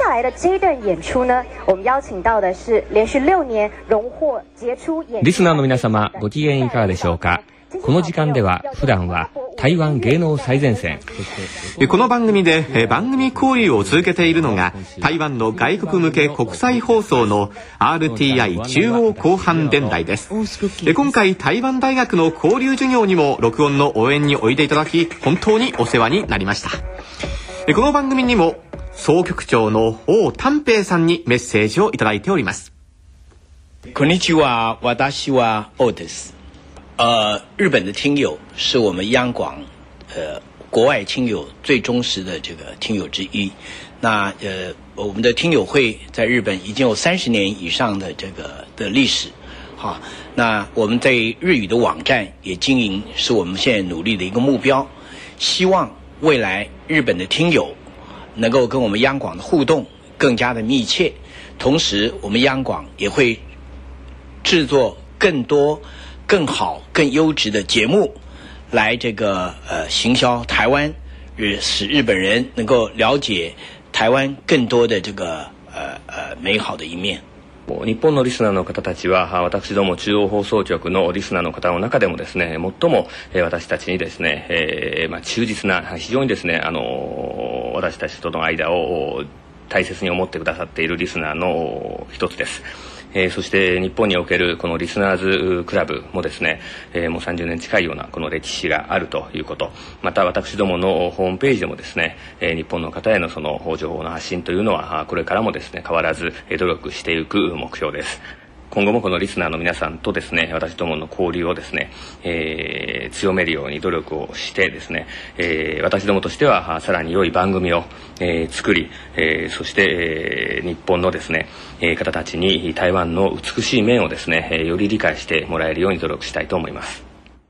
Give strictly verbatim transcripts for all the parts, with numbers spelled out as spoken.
下来的这一段演出呢，我们邀请到的是连续六年荣获傑出演出。 リスナーの皆様、ご機嫌いかがでしょうか。この時間では普段は台湾芸能最前線、 この番組で番組交流を続けているのが台湾の外国向け国際放送の アールティーアイ 中央広範電台です。今回台湾大学の交流授業にも録音の応援においでいただき、本当にお世話になりました。この番組にも総局長の王丹平さんにメッセージをいただいております。 こんにちは、私は王です。呃，日本的听友是我们央广呃国外听友最忠实的这个听友之一。那呃我们的听友会在日本已经有三十年以上的这个的历史。好，那我们在日语的网站也经营，是我们现在努力的一个目标。希望未来日本的听友能够跟我们央广的互动更加的密切，同时我们央广也会制作更多更好更优质的节目来这个呃行销台湾，日使日本人能够了解台湾更多的这个呃呃美好的一面。 日本のリスナーの方たちは私ども中央放送局のリスナーの方の中でもですね、最も私たちにですね、えーまあ、忠実な非常にですね、あの私たちとの間を大切に思ってくださっているリスナーの一つです。えー、そして日本におけるこのリスナーズクラブもですね、えー、もうさんじゅうねん近いようなこの歴史があるということ、また私どものホームページでもですね、えー、日本の方へのその情報の発信というのはこれからもですね変わらず努力していく目標です。今後もこのリスナーの皆さんとですね、私どもの交流をですね、えー、強めるように努力をしてですね、えー、私どもとしてはさらに良い番組を、えー、作り、えー、そして、えー、日本のですね、えー、方たちに台湾の美しい面をですね、えー、より理解してもらえるように努力したいと思います。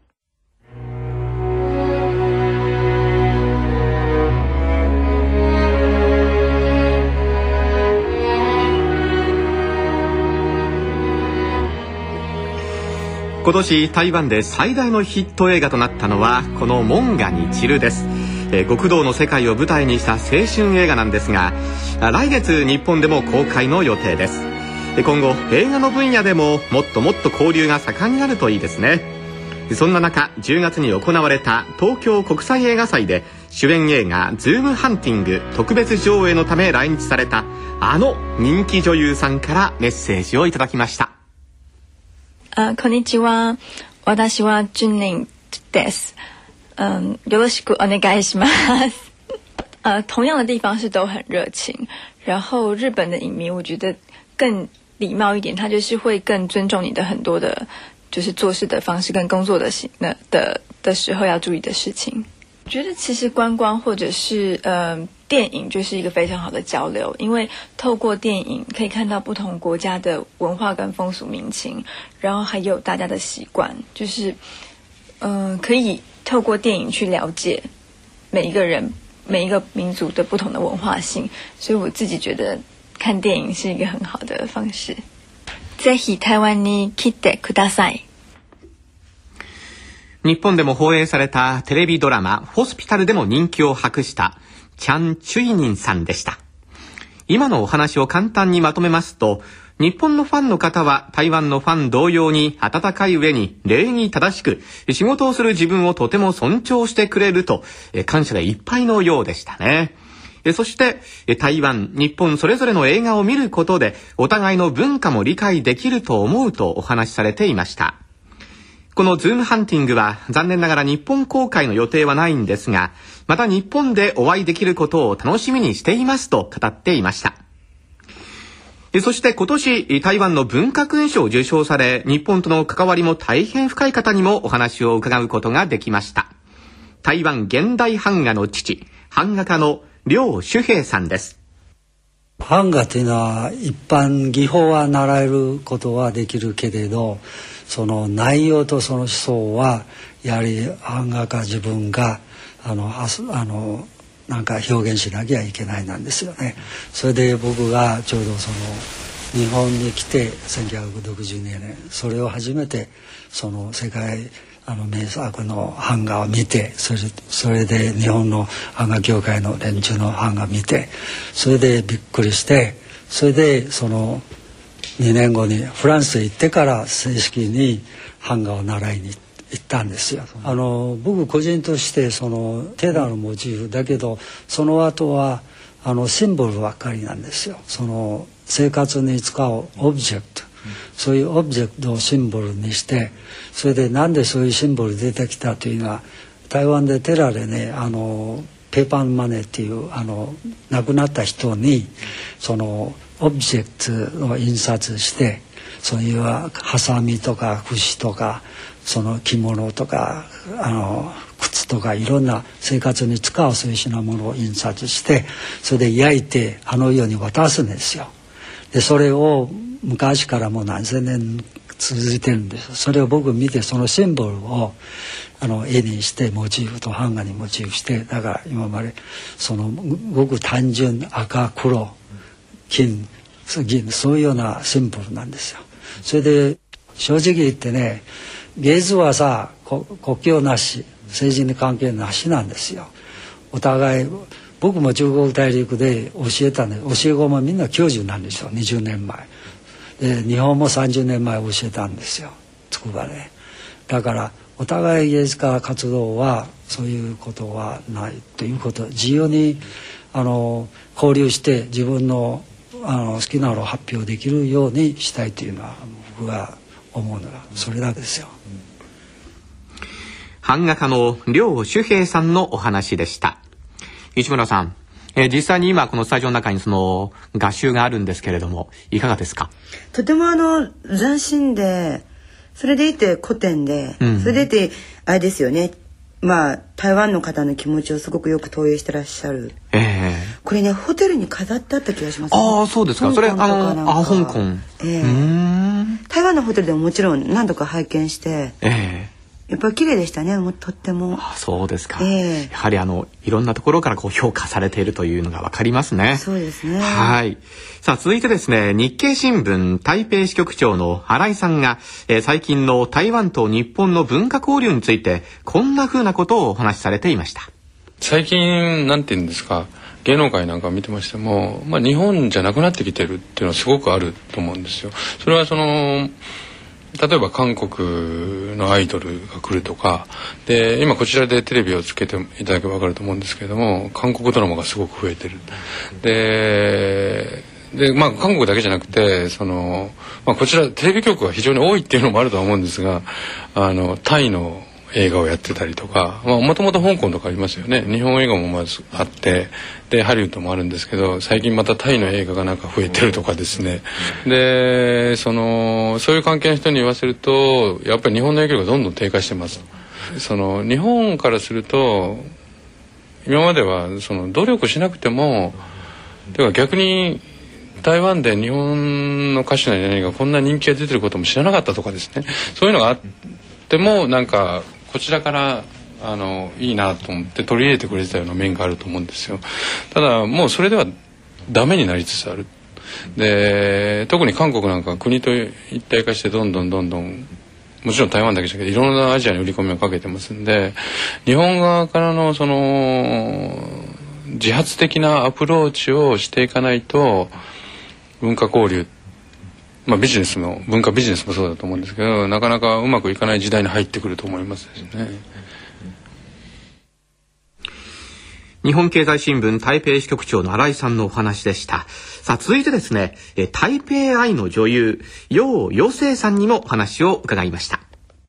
今年台湾で最大のヒット映画となったのはこの門賀に散るです。えー、極道の世界を舞台にした青春映画なんですが、来月日本でも公開の予定です。今後映画の分野でももっともっと交流が盛んになるといいですね。そんな中じゅうがつに行われた東京国際映画祭で主演映画ズームハンティング特別上映のため来日されたあの人気女優さんからメッセージをいただきました。 あ、こんにちは。私はジュンリンです。嗯，よろしくお願いします。呃，同样的地方是都很热情，然后日本的影迷我觉得更礼貌一点，他就是会更尊重你的很多的，就是做事的方式跟工作的行的的的时候要注意的事情。我觉得其实观光或者是呃电影就是一个非常好的交流，因为透过电影可以看到不同国家的文化跟风俗民情，然后还有大家的习惯，就是嗯、呃、可以透过电影去了解每一个人每一个民族的不同的文化性，所以我自己觉得看电影是一个很好的方式。ぜひ台湾に来てください。 日本でも放映されたテレビドラマホスピタルでも人気を博したチャン・チュイニンさんでした。今のお話を簡単にまとめますと、日本のファンの方は台湾のファン同様に温かい上に礼儀正しく仕事をする自分をとても尊重してくれると感謝でいっぱいのようでしたね。そして台湾、日本それぞれの映画を見ることでお互いの文化も理解できると思うとお話しされていました。このズームハンティングは残念ながら日本公開の予定はないんですが、また日本でお会いできることを楽しみにしていますと語っていました。そして今年台湾の文化勲章を受章され、日本との関わりも大変深い方にもお話を伺うことができました。台湾現代版画の父、版画家の梁主平さんです。 版画というのは一般技法は習えることはできるけれど、その内容とその思想はやはり版画家自分があのああのなんか表現しなきゃいけないなんですよね。それで僕がちょうどその日本に来てせんきゅうひゃくろくじゅうにねんそれを初めてその世界あの名作の版画を見て、それそれで日本の版画協会の連中の版画を見て、それでびっくりして、それでそのにねんごにフランスへ行ってから正式に版画を習いに行ったんですよ。あの僕個人としてそのテラのモチーフだけど、その後はあのシンボルばっかりなんですよ。その生活に使うオブジェクト、そういうオブジェクトをシンボルにして、それでなんでそういうシンボル出てきたというのは、台湾でテラでね、あのペーパーマネーっていうあの亡くなった人にそのオブジェクトを印刷して、そういうハサミとか櫛とかその着物とかあの靴とかいろんな生活に使うそういう品物を印刷して、それで焼いてあの世に渡すんですよ。でそれを昔からもう何千年続いてるんです。それを僕見て、そのシンボルをあの絵にしてモチーフと版画にモチーフして、だから今までそのごく単純赤黒金銀、そういうようなシンボルなんですよ。それで正直言ってね、芸術はさ国境なし政治に関係なしなんですよ。お互い僕も中国大陸で教えたんで、教え子もみんな教授なんですよ。にじゅうねんまえで日本もさんじゅうねんまえ教えたんですよ、筑波で。だからお互い芸術家活動はそういうことはないということ、自由にあの交流して自分のあの好きなのを発表できるようにしたいというのは僕が思うのがそれだけですよ。 版画家の梁主平さんのお話でした。市村さん、えー、実際に今このスタジオの中にその画集があるんですけれども、いかがですか？ とてもあの斬新で、それでいて古典で、うん、それでいてあれですよね、まあ台湾の方の気持ちをすごくよく投影してらっしゃる。えー、これねホテルに飾ってあった気がします、ね。 ああそうですか。それあのあ香港。 えー、台湾のホテルでももちろん何度か拝見して。えーやっぱり綺麗でしたね、もうとっても。 あ、そうですか、えー、やはりあのいろんなところからこう評価されているというのがわかりますね。 そうですね。 はい。さあ続いてですね、日経新聞台北支局長の新井さんが、えー、最近の台湾と日本の文化交流についてこんな風なことをお話しされていました。 最近なんていうんですか、芸能界なんか見てましても、まあ、日本じゃなくなってきてるっていうのはすごくあると思うんですよ。それはその例えば韓国のアイドルが来るとかで、今こちらでテレビをつけていただけば分かると思うんですけれども、韓国ドラマがすごく増えてる。でで、まあ、韓国だけじゃなくてその、まあ、こちらテレビ局が非常に多いっていうのもあるとは思うんですが、あのタイの映画をやってたりとか、もともと香港とかありますよね。日本映画もまずあって、でハリウッドもあるんですけど、最近またタイの映画がなんか増えてるとかですね。でそのそういう関係の人に言わせると、やっぱり日本の影響がどんどん低下してます。その日本からすると今まではその努力しなくても、てか逆に台湾で日本の歌手の何がこんな人気が出てることも知らなかったとかですね、そういうのがあってもなんかこちらからあのいいなと思って取り入れてくれてたような面があると思うんですよ。ただもうそれではダメになりつつある。で特に韓国なんか国と一体化してどんどんどんどん、もちろん台湾だけじゃなくていろんなアジアに売り込みをかけてますんで、日本側からのその自発的なアプローチをしていかないと文化交流、まあ、ビジネスの文化ビジネスもそうだと思うんですけど、なかなかうまくいかない時代に入ってくると思いますですね。 日本経済新聞台北支局長の新井さんのお話でした。さあ続いてですね、台北愛の女優楊陽生さんにもお話を伺いました。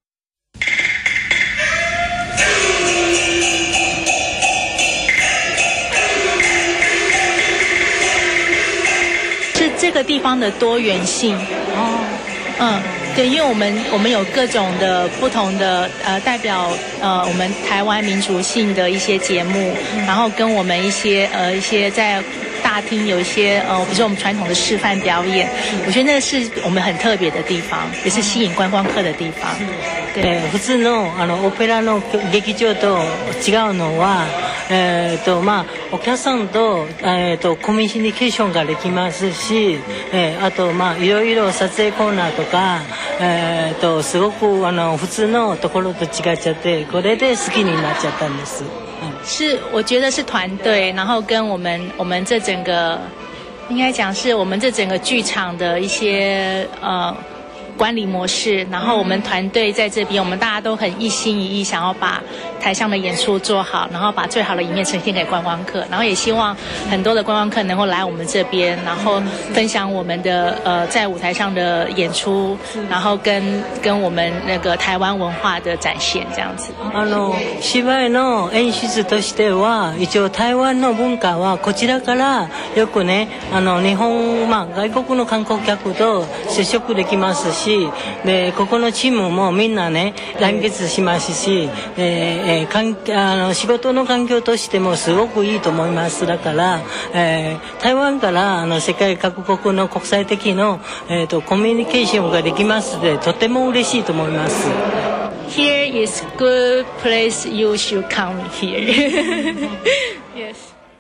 是这个地方的多元性。嗯，对，因为我们我们有各种的不同的呃代表呃我们台湾民族性的一些节目，然后跟我们一些呃一些在大厅有一些呃比如说我们传统的示范表演，我觉得那是我们很特别的地方，也是吸引观光客的地方。 对，普通のあのオペラの劇場と違うのは、えーとまあお客さんとえーとコミュニケーションができますし、えー、あとまあいろいろ撮影コーナーとか、 えー、とすごくあの普通のところと違っちゃって、これで好きになっちゃったんです。 是，我觉得是团队，然后跟我们我们这整个，应该讲是我们这整个剧场的一些呃管理模式，然后我们团队在这边，我们大家都很一心一意，想要把台上的演出做好，然后把最好的一面呈现给观光客，然后也希望很多的观光客能够来我们这边，然后分享我们的呃在舞台上的演出，然后跟跟我们那个台湾文化的展现这样子。 あの芝居の演出としては、一応台湾の文化はこちらからよくね、あの日本まあ外国の観光客と接触できますし。でここのチームもみんなね団結しますし、えー、かんあの仕事の環境としてもすごくいいと思います。だから、えー、台湾からあの世界各国の国際的の、えー、とコミュニケーションができますので、とても嬉しいと思います。 Here is good place, you should come here. Yes.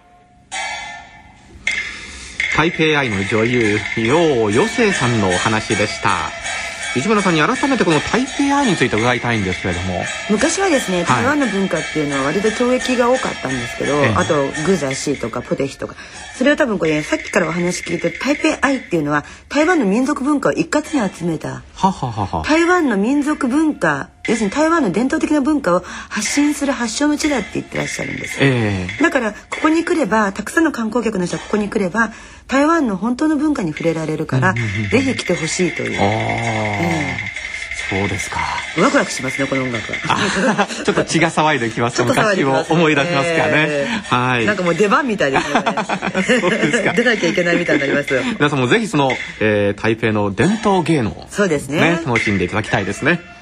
台北愛の女優楊余生さんのお話でした。市村さんに改めてこの台北愛について伺いたいんですけれども、 昔はですね、台湾の文化っていうのは割と懲役が多かったんですけど、はい、あとグザシーとかポテヒとか、それを多分これさっきからお話聞いて、台北愛っていうのは台湾の民族文化を一括に集めた、 はははは台湾の民族文化、要するに台湾の伝統的な文化を発信する発祥の地だって言ってらっしゃるんですよ、えー、だからここに来れば、たくさんの観光客の人はここに来れば台湾の本当の文化に触れられるから、うんうんうん、ぜひ来てほしいという、えー、そうですか。 ワクワクしますね、この音楽は。 ちょっと血が騒いできますか。昔を思い出しますからね、えー、はい。 なんかもう出番みたいですよね。そうですか。出なきゃいけないみたいになりますよ。 皆さんもぜひその、えー、台北の伝統芸能、 そうですね、 楽しんでいただきたいですね。